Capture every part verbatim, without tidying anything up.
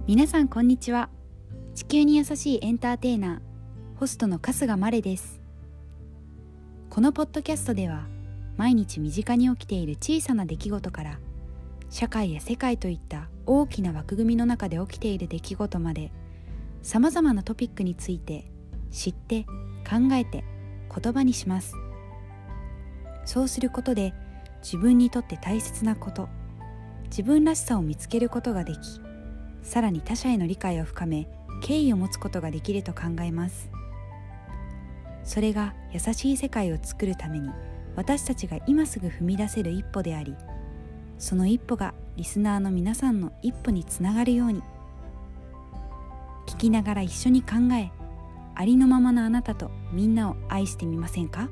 皆さんこんにちは。地球に優しいエンターテイナー、ホストの春日まれです。このポッドキャストでは毎日身近に起きている小さな出来事から社会や世界といった大きな枠組みの中で起きている出来事までさまざまなトピックについて知って考えて言葉にします。そうすることで自分にとって大切なこと、自分らしさを見つけることができ、さらに他者への理解を深め敬意を持つことができると考えます。それが優しい世界を作るために私たちが今すぐ踏み出せる一歩であり、その一歩がリスナーの皆さんの一歩につながるように、聞きながら一緒に考え、ありのままのあなたとみんなを愛してみませんか？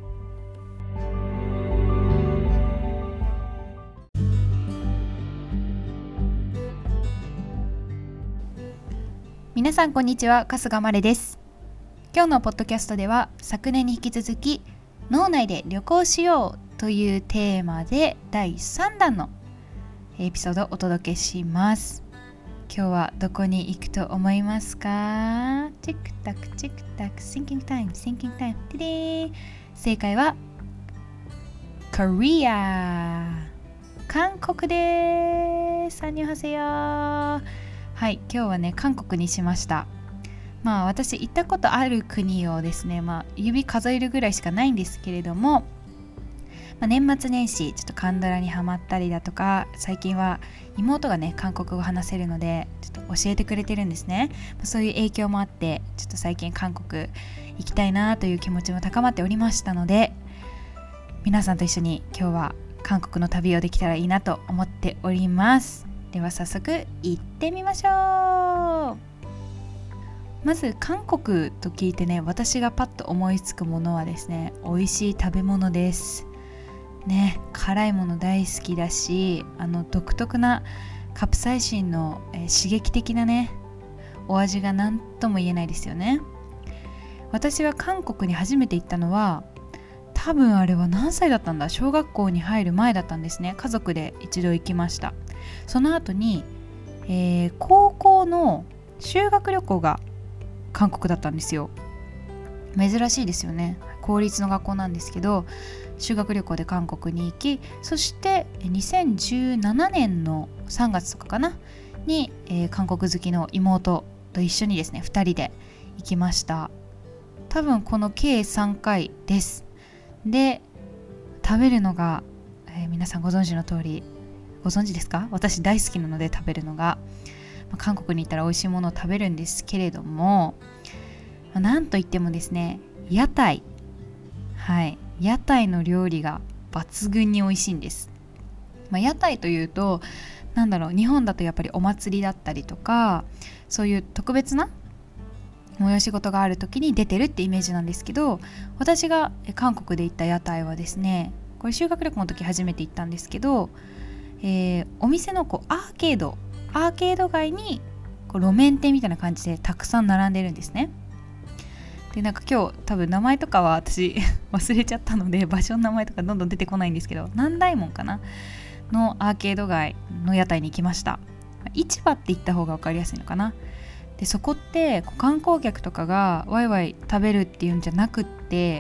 皆さんこんにちは、春日まれです。今日のポッドキャストでは昨年に引き続き脳内で旅行しようというテーマでだいさんだんのエピソードをお届けします。今日はどこに行くと思いますか？チックタクチックタク Thinking time Thinking time ででー正解はコリア、韓国です。アンニョンハセヨー。はい、今日はね韓国にしました。まあ私行ったことある国をですね、まあ指数えるぐらいしかないんですけれども、まあ、年末年始ちょっとカンドラにハマったりだとか、最近は妹がね韓国語を話せるのでちょっと教えてくれてるんですね。そういう影響もあってちょっと最近韓国行きたいなという気持ちも高まっておりましたので、皆さんと一緒に今日は韓国の旅をできたらいいなと思っております。では早速行ってみましょう。まず韓国と聞いてね、私がパッと思いつくものはですね、美味しい食べ物ですね。辛いもの大好きだし、あの独特なカプサイシンの、えー、刺激的なねお味が何とも言えないですよね。私は韓国に初めて行ったのは多分あれは何歳だったんだ、小学校に入る前だったんですね。家族で一度行きました。その後に、えー、高校の修学旅行が韓国だったんですよ。珍しいですよね。公立の学校なんですけど修学旅行で韓国に行き、そしてにせんじゅうななねんのさんがつとかかなに、えー、韓国好きの妹と一緒にですねふたりで行きました。多分この計さんかいです。で食べるのが、えー、皆さんご存知の通り、ご存知ですか？私大好きなので食べるのが、まあ、韓国に行ったら美味しいものを食べるんですけれども、まあ、なんといってもですね屋台、はい屋台の料理が抜群に美味しいんです。まあ、屋台というとなんだろう、日本だとやっぱりお祭りだったりとかそういう特別な催し事がある時に出てるってイメージなんですけど、私が韓国で行った屋台はですね、これ修学旅行の時初めて行ったんですけど、えー、お店のこうアーケードアーケード街にこう路面店みたいな感じでたくさん並んでるんですね。でなんか今日多分名前とかは私忘れちゃったので場所の名前とかどんどん出てこないんですけど、南大門かなのアーケード街の屋台に行きました。市場って言った方が分かりやすいのかな。でそこって観光客とかがワイワイ食べるっていうんじゃなくって、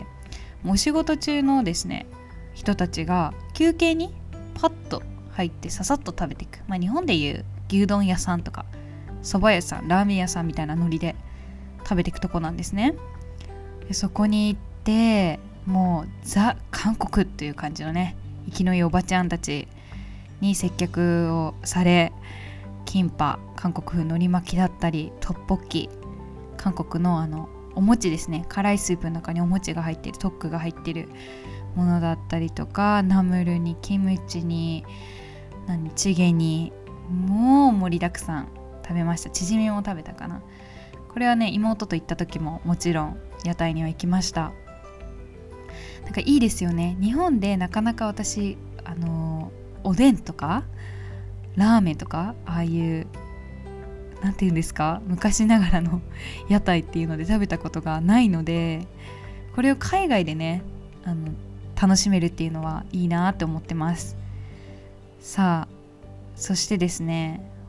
もうお仕事中のですね人たちが休憩にパッと入ってささっと食べていく、まあ、日本でいう牛丼屋さんとか蕎麦屋さん、ラーメン屋さんみたいなノリで食べていくとこなんですね。でそこに行ってもうザ韓国っていう感じのね生きのいいおばちゃんたちに接客をされ、キンパ、韓国風のり巻きだったりトッポッキ、韓国のあのお餅ですね、辛いスープの中にお餅が入ってる、トックが入ってるものだったりとか、ナムルにキムチに何チゲにもう盛りだくさん食べました。チヂミも食べたかな。これはね妹と行った時ももちろん屋台には行きました。なんかいいですよね。日本でなかなか私あのおでんとかラーメンとかああいうなんていうんですか、昔ながらの屋台っていうので食べたことがないので、これを海外でねあの楽しめるっていうのはいいなって思ってます。さあそしてですね、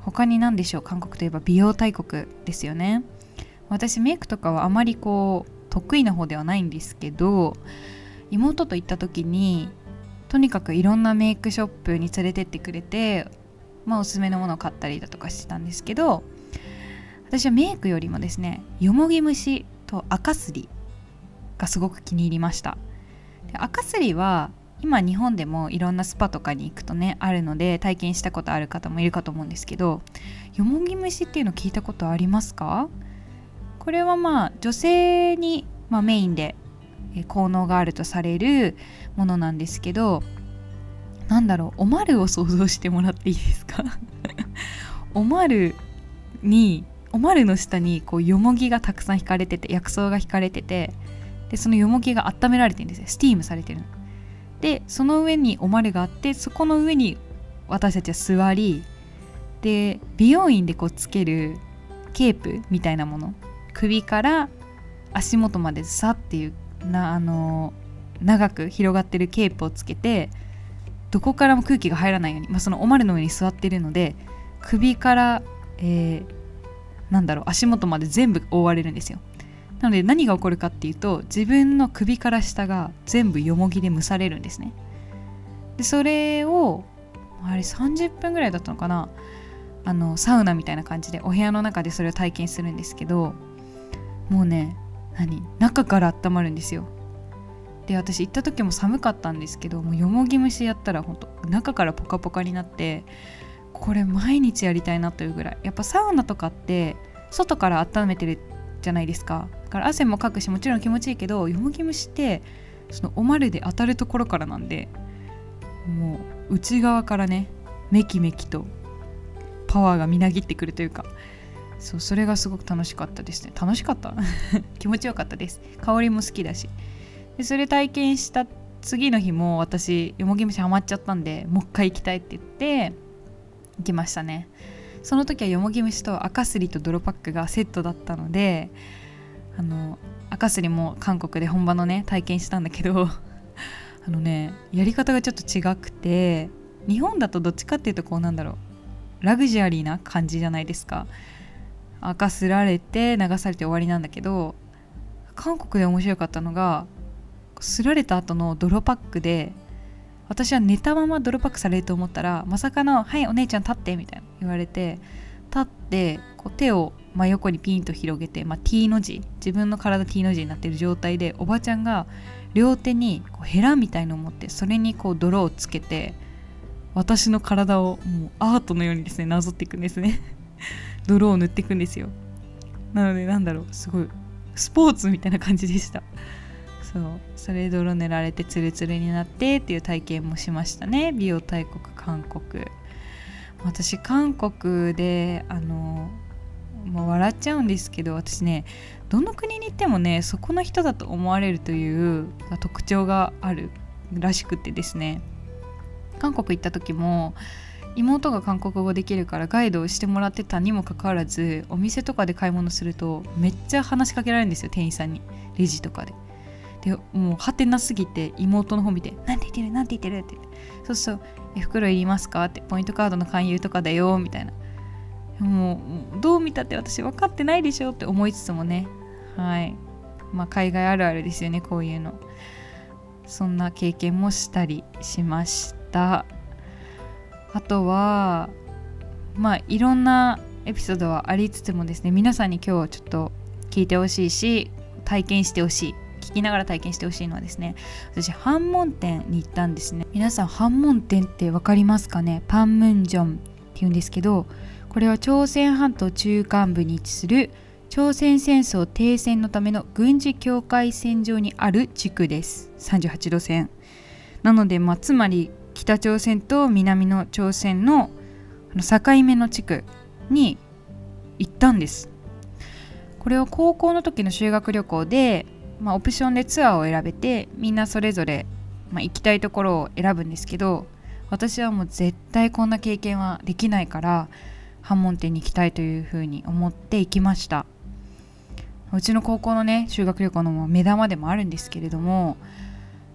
他に何でしょう。韓国といえば美容大国ですよね。私メイクとかはあまりこう得意な方ではないんですけど、妹と行った時にとにかくいろんなメイクショップに連れてってくれて、まあおすすめのものを買ったりだとかしてたんですけど、私はメイクよりもですね、よもぎ虫と赤すりがすごく気に入りました。で赤すりは今日本でもいろんなスパとかに行くとねあるので体験したことある方もいるかと思うんですけど、よもぎ虫っていうの聞いたことありますか？これはまあ女性に、まあ、メインで効能があるとされるものなんですけど、なんだろう、おまるを想像してもらっていいですか？おまるにおまるの下にこうよもぎがたくさん引かれてて、薬草が引かれてて、でそのよもぎが温められてるんですよ。スティームされてるので、その上におまるがあって、そこの上に私たちは座り、で美容院でこうつけるケープみたいなもの、首から足元までさっていうなあの長く広がってるケープをつけて、どこからも空気が入らないように、まあ、そのおまるの上に座ってるので、首から、えー、なんだろう足元まで全部覆われるんですよ。なので何が起こるかっていうと、自分の首から下が全部よもぎで蒸されるんですね。でそれをあれさんじゅっぷんぐらいだったのかな、あのサウナみたいな感じでお部屋の中でそれを体験するんですけど、もうね何中から温まるんですよ。で私行った時も寒かったんですけど、もうよもぎ蒸しやったら本当中からポカポカになって、これ毎日やりたいなというぐらい。やっぱサウナとかって外から温めてるじゃないですか。だから汗もかくしもちろん気持ちいいけど、よもぎ蒸しってそのおまるで当たるところからなんで、もう内側からねメキメキとパワーがみなぎってくるというか、そうそれがすごく楽しかったですね。楽しかった気持ちよかったです。香りも好きだし。でそれ体験した次の日も私よもぎ蒸しハマっちゃったんで、もう一回行きたいって言って行きましたね。その時はよもぎ蒸しと赤すりと泥パックがセットだったので、あの赤すりも韓国で本場のね体験したんだけどあのねやり方がちょっと違くて、日本だとどっちかっていうとこうなんだろうラグジュアリーな感じじゃないですか。赤すられて流されて終わりなんだけど、韓国で面白かったのが、すられた後の泥パックで、私は寝たまま泥パックされると思ったら、まさかのはいお姉ちゃん立ってみたいな言われて、立ってこう手を真横にピンと広げて、まあ、T の字、自分の体 T の字になってる状態で、おばちゃんが両手にこうヘラみたいのを持って、それにこう泥をつけて私の体をもうアートのようにですねなぞっていくんですね泥を塗っていくんですよ。なのでなんだろう、すごいスポーツみたいな感じでした。そうそれで泥塗られてツルツルになってっていう体験もしましたね。美容大国韓国。私韓国であのもう笑っちゃうんですけど、私ねどの国に行ってもねそこの人だと思われるという特徴があるらしくてですね、韓国行った時も妹が韓国語できるからガイドをしてもらってたにもかかわらず、お店とかで買い物するとめっちゃ話しかけられるんですよ、店員さんに。レジとかででもうハテナすぎて妹の方見てなんて言ってるなんて言ってるって言って、そうそうえ袋いりますかって、ポイントカードの勧誘とかだよみたいな。もうどう見たって私分かってないでしょって思いつつもね、はいまあ海外あるあるですよねこういうの。そんな経験もしたりしました。あとはまあいろんなエピソードはありつつもですね、皆さんに今日ちょっと聞いてほしいし体験してほしい、聞きながら体験してほしいのはですね、私ハンモン店に行ったんですね。皆さんハンモン店って分かりますかね。パンムンジョンっていうんですけど、これは朝鮮半島中間部に位置する朝鮮戦争停戦のための軍事境界線上にある地区です。さんじゅうはちど線なので、まあ、つまり北朝鮮と南の朝鮮の境目の地区に行ったんです。これは高校の時の修学旅行で、まあ、オプションでツアーを選べてみんなそれぞれ、まあ、行きたいところを選ぶんですけど、私はもう絶対こんな経験はできないからハンモン店に行きたいというふうに思って行きました。うちの高校のね修学旅行の目玉でもあるんですけれども、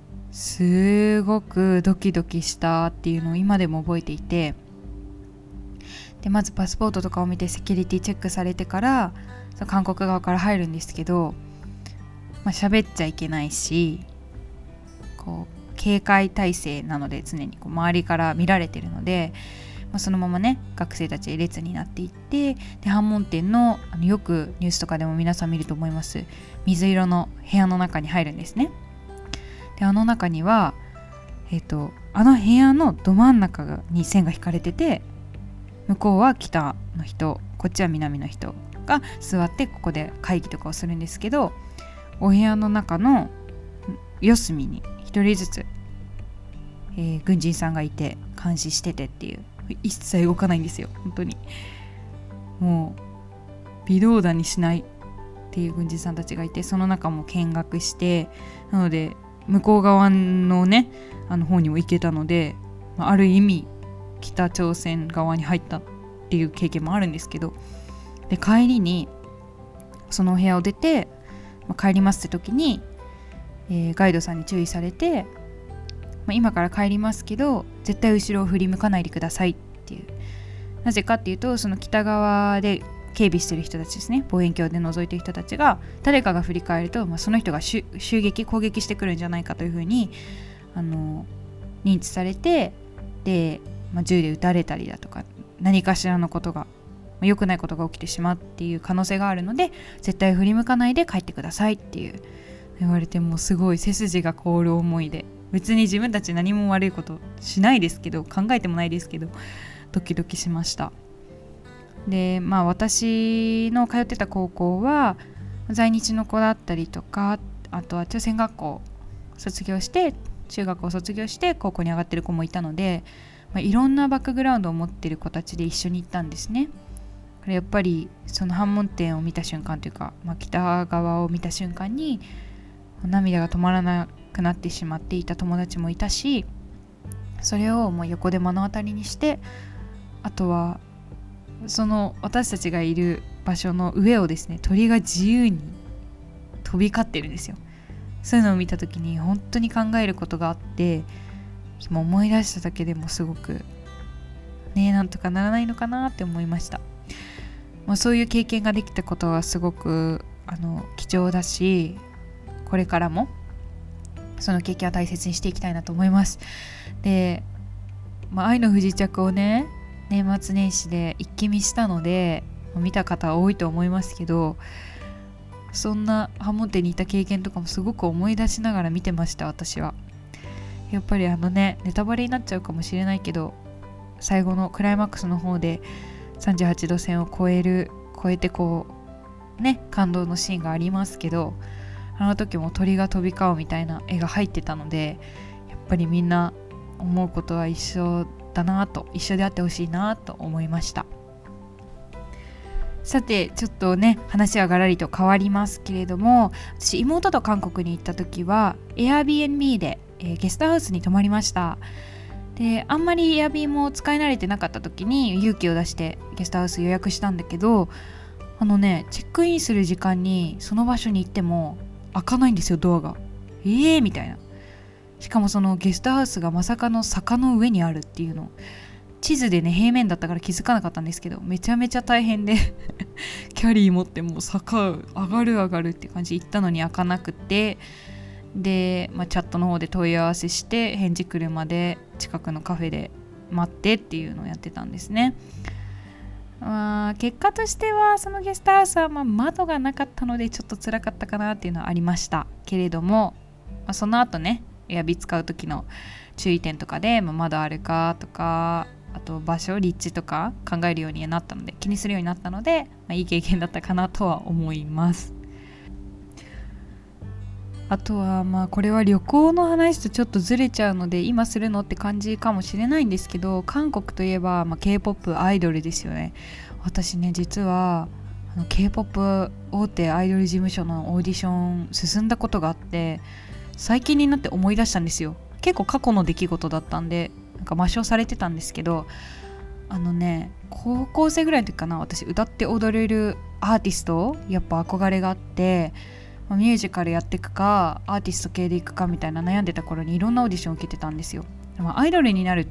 すごくドキドキしたっていうのを今でも覚えていて、ででまずパスポートとかを見てセキュリティチェックされてからその韓国側から入るんですけど、まあ、喋っちゃいけないし、こう警戒態勢なので常にこう周りから見られてるので、まあ、そのままね学生たち列になっていって、で反問店 の, あのよくニュースとかでも皆さん見ると思います水色の部屋の中に入るんですね。であの中には、えーと、あの部屋のど真ん中に線が引かれてて、向こうは北の人、こっちは南の人が座ってここで会議とかをするんですけど、お部屋の中の四隅に一人ずつ、えー、軍人さんがいて監視しててっていう、一切動かないんですよ。本当にもう微動だにしないっていう軍人さんたちがいて、その中も見学して、なので向こう側のねあの方にも行けたので、ある意味北朝鮮側に入ったっていう経験もあるんですけど、で帰りにそのお部屋を出て、まあ、帰りますって時に、えー、ガイドさんに注意されて、まあ、今から帰りますけど絶対後ろを振り向かないでくださいっていう。なぜかっていうと、その北側で警備してる人たちですね、望遠鏡で覗いてる人たちが誰かが振り返ると、まあ、その人が襲撃攻撃してくるんじゃないかというふうにあの認知されて、で、まあ、銃で撃たれたりだとか何かしらのことが、まあ、良くないことが起きてしまうっていう可能性があるので、絶対振り向かないで帰ってくださいっていう言われて、もうすごい背筋が凍る思いで、別に自分たち何も悪いことしないですけど、考えてもないですけどドキドキしました。でまあ私の通ってた高校は在日の子だったりとか、あとは朝鮮学校卒業して中学を卒業して高校に上がってる子もいたので、まあ、いろんなバックグラウンドを持ってる子たちで一緒に行ったんですね。これやっぱりその反問店を見た瞬間というか、まあ、北側を見た瞬間に涙が止まらなくなってしまっていた友達もいたし、それをもう横で目の当たりにして、あとはその私たちがいる場所の上をですね、鳥が自由に飛び交ってるんですよ。そういうのを見た時に本当に考えることがあって、今思い出しただけでもすごくね、なんとかならないのかなって思いました。まあ、そういう経験ができたことはすごくあの貴重だし、これからもその経験は大切にしていきたいなと思います。で、まあ、愛の不時着をね年末年始で一気見したので見た方は多いと思いますけど、そんな反問店にいた経験とかもすごく思い出しながら見てました。私はやっぱりあのねネタバレになっちゃうかもしれないけど、最後のクライマックスの方でさんじゅうはちど線を越える越えてこうね感動のシーンがありますけど、あの時も鳥が飛び交うみたいな絵が入ってたので、やっぱりみんな思うことは一緒だなと、一緒であってほしいなと思いました。さてちょっとね話はがらりと変わりますけれども、私妹と韓国に行った時は Airbnb で、えー、ゲストハウスに泊まりました。であんまり Airbnb も使い慣れてなかった時に勇気を出してゲストハウス予約したんだけど、あのねチェックインする時間にその場所に行っても開かないんですよ、ドアが。えーみたいな。しかもそのゲストハウスがまさかの坂の上にあるっていうの、地図でね平面だったから気づかなかったんですけど、めちゃめちゃ大変でキャリー持ってもう坂上がる上がるって感じ、行ったのに開かなくて、で、まあ、チャットの方で問い合わせして返事来るまで近くのカフェで待ってっていうのをやってたんですね。まあ、結果としてはそのゲストハウスはまあ窓がなかったのでちょっと辛かったかなっていうのはありましたけれども、まあ、その後ねエアビー使う時の注意点とかで、まあ、窓あるかとか、あと場所立地とか考えるようになったので、気にするようになったので、まあ、いい経験だったかなとは思います。あとはまあこれは旅行の話とちょっとずれちゃうので今するのって感じかもしれないんですけど、韓国といえばまあ K-ポップ アイドルですよね。私ね実はあの K-ポップ 大手アイドル事務所のオーディション進んだことがあって、最近になって思い出したんですよ。結構過去の出来事だったんでなんか抹消されてたんですけど、あのね高校生ぐらいの時かな、私歌って踊れるアーティストやっぱ憧れがあって、ミュージカルやっていくかアーティスト系でいくかみたいな悩んでた頃にいろんなオーディションを受けてたんですよ。でもアイドルになる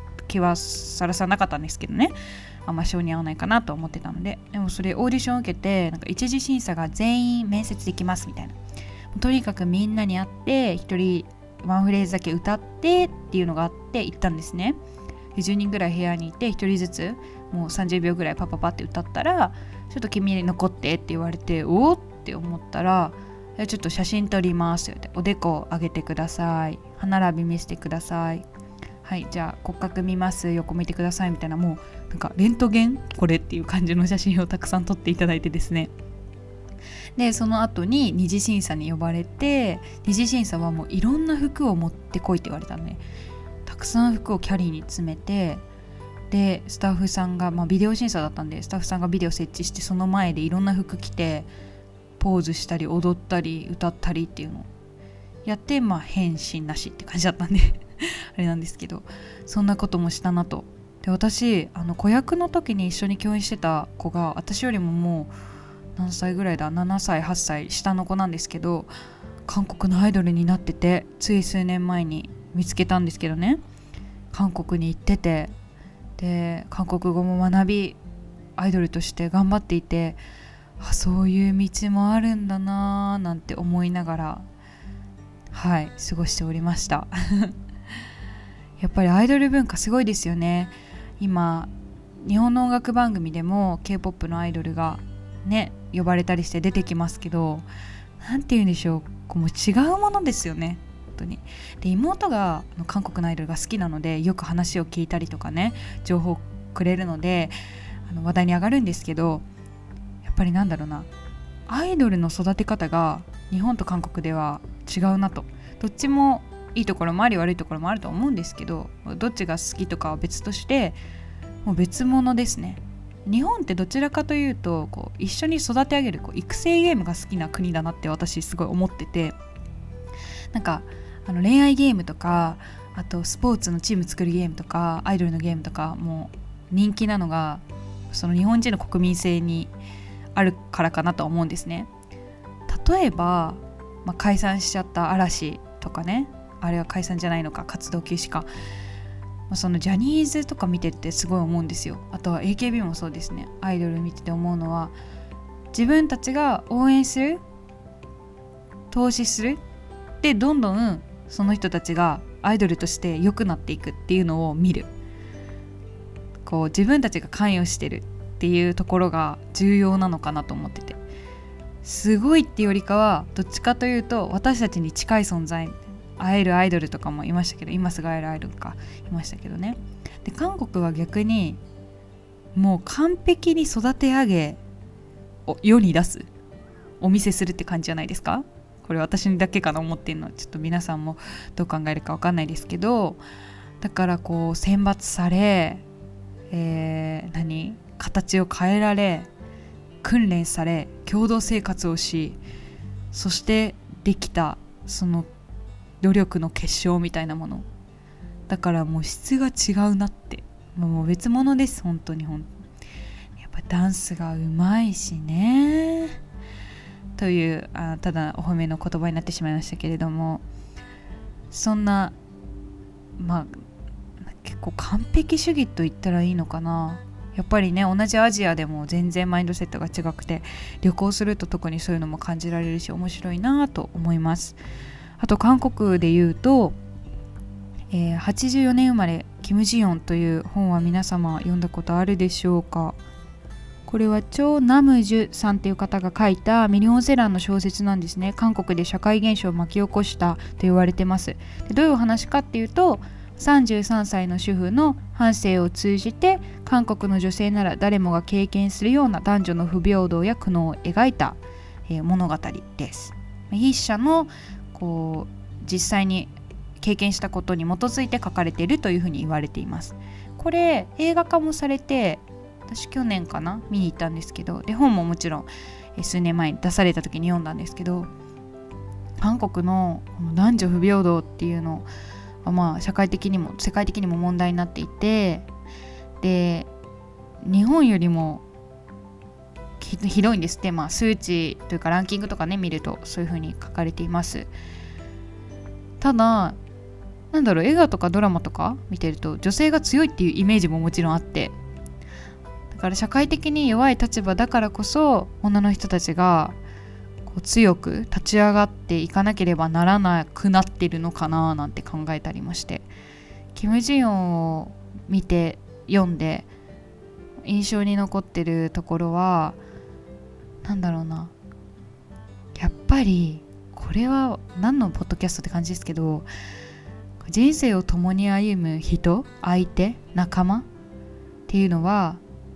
気はさらさらなかったんですけどね、あんま性に合わないかなと思ってたので。でもそれオーディションを受けて、なんか一次審査が全員面接できますみたいな、とにかくみんなに会って一人ワンフレーズだけ歌ってっていうのがあって行ったんですね。でじゅうにんぐらい部屋にいて一人ずつもうさんじゅうびょうぐらいパパパって歌ったら、ちょっと君に残ってって言われて、おーって思ったら、ちょっと写真撮りますって、おでこ上げてください、歯並び見せてください、はいじゃあ骨格見ます、横見てくださいみたいな、もうなんかレントゲンこれっていう感じの写真をたくさん撮っていただいてですね。でその後に二次審査に呼ばれて、二次審査はもういろんな服を持ってこいって言われたのね。たくさん服をキャリーに詰めて、でスタッフさんが、まあ、ビデオ審査だったんで、スタッフさんがビデオ設置して、その前でいろんな服着てポーズしたり踊ったり歌ったりっていうのをやって、まあ返信なしって感じだったんであれなんですけど、そんなこともしたなと。で私あの子役の時に一緒に共演してた子が、私よりももう何歳ぐらいだ、ななさいはっさい下の子なんですけど、韓国のアイドルになってて、つい数年前に見つけたんですけどね、韓国に行ってて、で韓国語も学びアイドルとして頑張っていて、あそういう道もあるんだなーなんて思いながら、はい過ごしておりましたやっぱりアイドル文化すごいですよね。今日本の音楽番組でも K-ポップ のアイドルがね呼ばれたりして出てきますけど、なんて言うんでしょう、こうもう違うものですよね本当に。で妹が韓国のアイドルが好きなので、よく話を聞いたりとかね情報くれるので、あの話題に上がるんですけど、やっぱりなんだろうな、アイドルの育て方が日本と韓国では違うなと。どっちもいいところもあり悪いところもあると思うんですけど、どっちが好きとかは別として、もう別物ですね。日本ってどちらかというとこう一緒に育て上げるこう育成ゲームが好きな国だなって私すごい思ってて、なんかあの恋愛ゲームとか、あとスポーツのチーム作るゲームとか、アイドルのゲームとかも人気なのが、その日本人の国民性にあるからかなと思うんですね。例えば、まあ、解散しちゃった嵐とかね、あれは解散じゃないのか活動休止か、そのジャニーズとか見ててすごい思うんですよ。あとは エーケービー もそうですね。アイドル見てて思うのは、自分たちが応援する、投資するでどんどんその人たちがアイドルとして良くなっていくっていうのを見る。こう自分たちが関与してるっていうところが重要なのかなと思ってて、すごいってよりかはどっちかというと私たちに近い存在、会えるアイドルとかもいましたけど、今すぐ会えるアイドルかいましたけどね。で韓国は逆にもう完璧に育て上げ世に出す、お見せするって感じじゃないですか。これ私だけかな思ってるのは、ちょっと皆さんもどう考えるか分かんないですけど、だからこう選抜され、えー、何形を変えられ、訓練され、共同生活をし、そしてできたその努力の結晶みたいなものだから、もう質が違うなって、もう別物です本当に。本当にやっぱダンスがうまいしねという、あただお褒めの言葉になってしまいましたけれども、そんなまあ結構完璧主義と言ったらいいのかな。やっぱりね、同じアジアでも全然マインドセットが違くて、旅行すると特にそういうのも感じられるし面白いなと思います。あと韓国で言うと、えー、はちじゅうよねん生まれキム・ジヨンという本は皆様読んだことあるでしょうか。これはチョ・ナムジュさんという方が書いたミリオンセラーの小説なんですね。韓国で社会現象を巻き起こしたと言われてます。でどういうお話かっていうと、さんじゅうさんさいの主婦の半生を通じて韓国の女性なら誰もが経験するような男女の不平等や苦悩を描いた、えー、物語です。筆者のこう実際に経験したことに基づいて書かれているというふうに言われています。これ映画化もされて、私去年かな見に行ったんですけど、で本ももちろん数年前に出された時に読んだんですけど、韓国の男女不平等っていうのはまあ社会的にも世界的にも問題になっていて、で日本よりもひどいんですって、まあ、数値というかランキングとかね見るとそういうふうに書かれています。ただなんだろう、映画とかドラマとか見てると女性が強いっていうイメージももちろんあって、だから社会的に弱い立場だからこそ女の人たちがこう強く立ち上がっていかなければならなくなってるのかななんて考えたりまして、キム・ジヨンを見て読んで印象に残ってるところは、なんだろうな、やっぱりこれは何のポッドキャストって感じですけど、人生を共に歩む人、相手、仲間っていうのは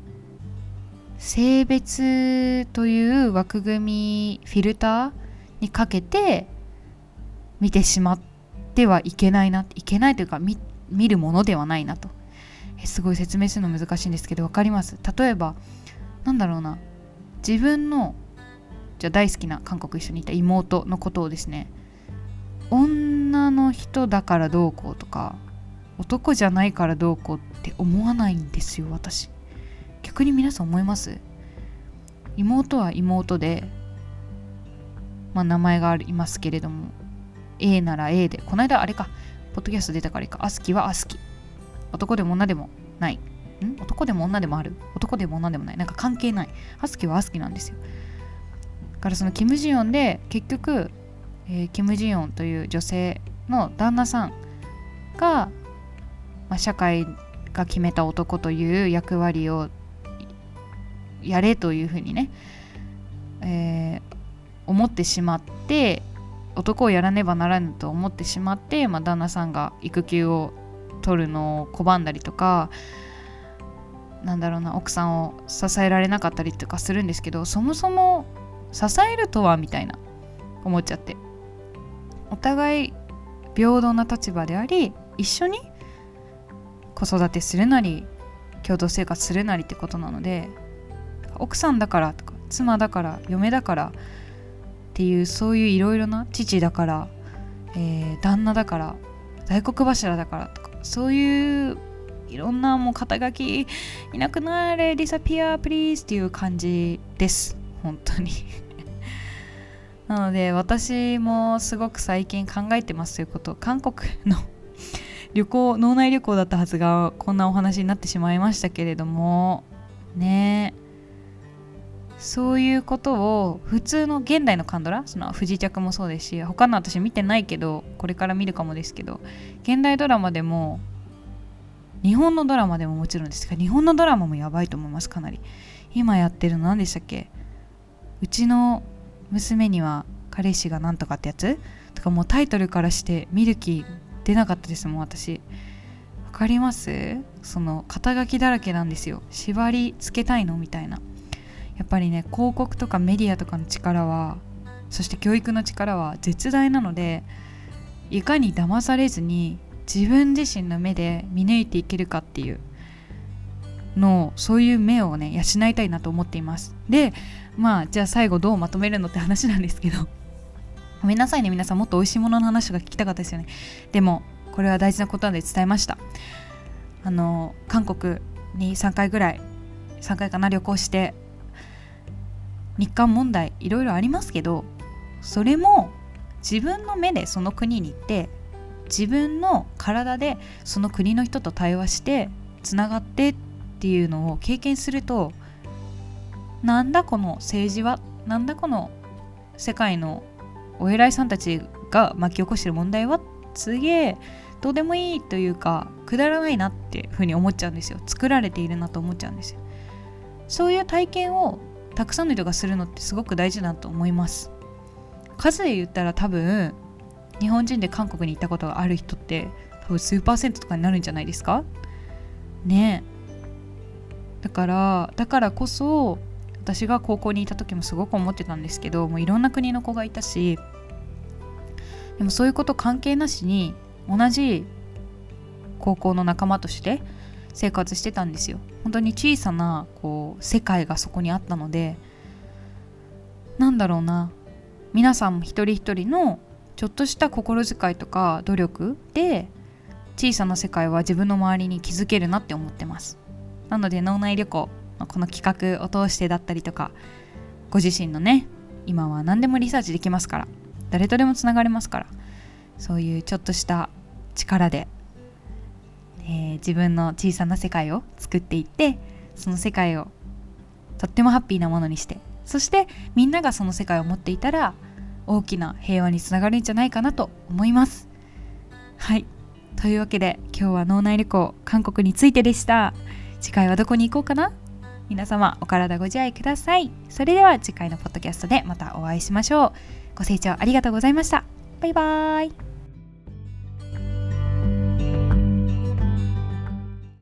性別という枠組み、フィルターにかけて見てしまってはいけないな、いけないというか 見, 見るものではないなと。えすごい説明するの難しいんですけど分かります。例えばなんだろうな、自分のじゃあ大好きな韓国一緒にいた妹のことをですね、女の人だからどうこうとか男じゃないからどうこうって思わないんですよ私。逆に皆さん思います？妹は妹で、まあ名前がありますけれども A なら A で、この間あれかポッドキャスト出たからいいか、アスキはアスキ、男でも女でもない、ん男でも女でもある、男でも女でもない、なんか関係ない、アスキはアスキなんですよ。だからそのキム・ジヨンで結局、えー、キム・ジヨンという女性の旦那さんが、まあ、社会が決めた男という役割をやれというふうにね、えー、思ってしまって、男をやらねばならぬと思ってしまって、まあ、旦那さんが育休を取るのを拒んだりとか、なんだろうな、奥さんを支えられなかったりとかするんですけど、そもそも支えるとはみたいな思っちゃって、お互い平等な立場であり、一緒に子育てするなり共同生活するなりってことなので、奥さんだからとか妻だから嫁だからっていう、そういういろいろな、父だから、えー、旦那だから大黒柱だからとか、そういういろんなもう肩書きいなくなれ、ディサピアプリーズっていう感じです本当になので私もすごく最近考えてますということ。韓国の旅行、脳内旅行だったはずがこんなお話になってしまいましたけれどもね、そういうことを普通の現代のカンドラ、その不時着もそうですし、他の私見てないけどこれから見るかもですけど、現代ドラマでも日本のドラマでももちろんですが、日本のドラマもやばいと思います。かなり今やってるの何でしたっけ、うちの娘には彼氏がなんとかってやつとか、もうタイトルからして見る気出なかったですもん私。わかります？その肩書きだらけなんですよ。縛りつけたいのみたいな。やっぱりね、広告とかメディアとかの力は、そして教育の力は絶大なので、いかに騙されずに自分自身の目で見抜いていけるかっていうのを、そういう目をね養いたいなと思っています。で、まあじゃあ最後どうまとめるのって話なんですけどごめんなさいね皆さん、もっと美味しいものの話が聞きたかったですよね。でもこれは大事なことなので伝えました。あの韓国にさんかいぐらいさんかいかな旅行して、日韓問題いろいろありますけど、それも自分の目でその国に行って、自分の体でその国の人と対話してつながってっていうのを経験すると、なんだこの政治は、なんだこの世界のお偉いさんたちが巻き起こしてる問題は、すげえどうでもいいというかくだらないなっていうふうに思っちゃうんですよ。作られているなと思っちゃうんですよ。そういう体験をたくさんの人がするのってすごく大事だと思います。数で言ったら多分日本人で韓国に行ったことがある人って多分数パーセントとかになるんじゃないですかね。だからだからこそ私が高校にいた時もすごく思ってたんですけど、もういろんな国の子がいたし、でもそういうこと関係なしに同じ高校の仲間として生活してたんですよ。本当に小さなこう世界がそこにあったので、なんだろうな、皆さんも一人一人のちょっとした心遣いとか努力で小さな世界は自分の周りに築けるなって思ってます。なので脳内旅行、この企画を通してだったりとか、ご自身のね、今は何でもリサーチできますから、誰とでもつながれますから、そういうちょっとした力で、えー、自分の小さな世界を作っていって、その世界をとってもハッピーなものにして、そしてみんながその世界を持っていたら大きな平和につながるんじゃないかなと思います。はい、というわけで今日は脳内旅行韓国についてでした。次回はどこに行こうかな。皆様お体ご自愛ください。それでは次回のポッドキャストでまたお会いしましょう。ご清聴ありがとうございました。バイバーイ。